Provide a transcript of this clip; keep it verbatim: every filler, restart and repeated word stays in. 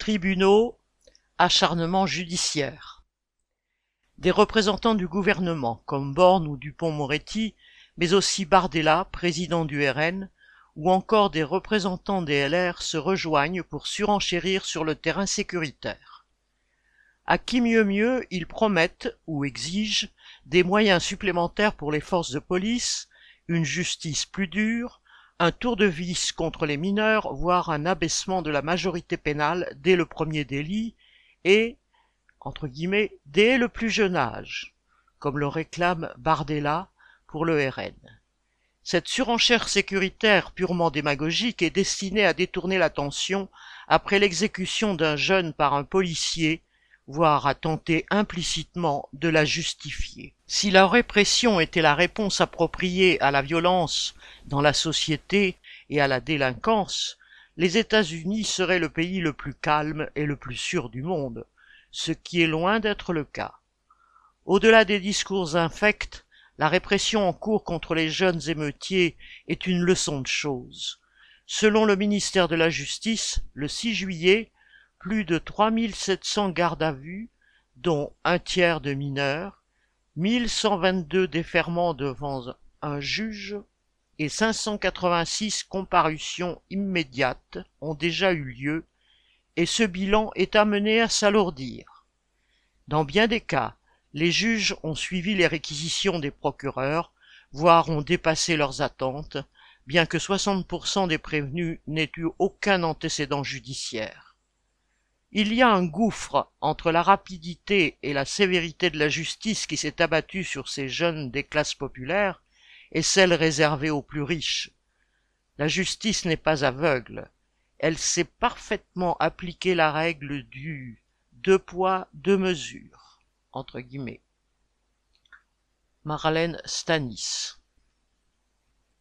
Tribunaux, acharnement judiciaire. Des représentants du gouvernement, comme Borne ou Dupond-Moretti, mais aussi Bardella, président du R N, ou encore des représentants des L R se rejoignent pour surenchérir sur le terrain sécuritaire. À qui mieux mieux, ils promettent, ou exigent, des moyens supplémentaires pour les forces de police, une justice plus dure, un tour de vis contre les mineurs, voire un abaissement de la majorité pénale dès le premier délit, et, entre guillemets, dès le plus jeune âge, comme le réclame Bardella pour le R N. Cette surenchère sécuritaire purement démagogique est destinée à détourner l'attention après l'exécution d'un jeune par un policier, voire à tenter implicitement de la justifier. Si la répression était la réponse appropriée à la violence dans la société et à la délinquance, les États-Unis seraient le pays le plus calme et le plus sûr du monde, ce qui est loin d'être le cas. Au-delà des discours infects, la répression en cours contre les jeunes émeutiers est une leçon de choses. Selon le ministère de la Justice, le six juillet, plus de trois mille sept cents gardes à vue, dont un tiers de mineurs, mille cent vingt-deux déferments devant un juge et cinq cent quatre-vingt-six comparutions immédiates ont déjà eu lieu, et ce bilan est amené à s'alourdir. Dans bien des cas, les juges ont suivi les réquisitions des procureurs, voire ont dépassé leurs attentes, bien que soixante pour cent des prévenus n'aient eu aucun antécédent judiciaire. Il y a un gouffre entre la rapidité et la sévérité de la justice qui s'est abattue sur ces jeunes des classes populaires et celle réservée aux plus riches. La justice n'est pas aveugle. Elle sait parfaitement appliquer la règle du « deux poids, deux mesures » entre guillemets. Marlène Stanis.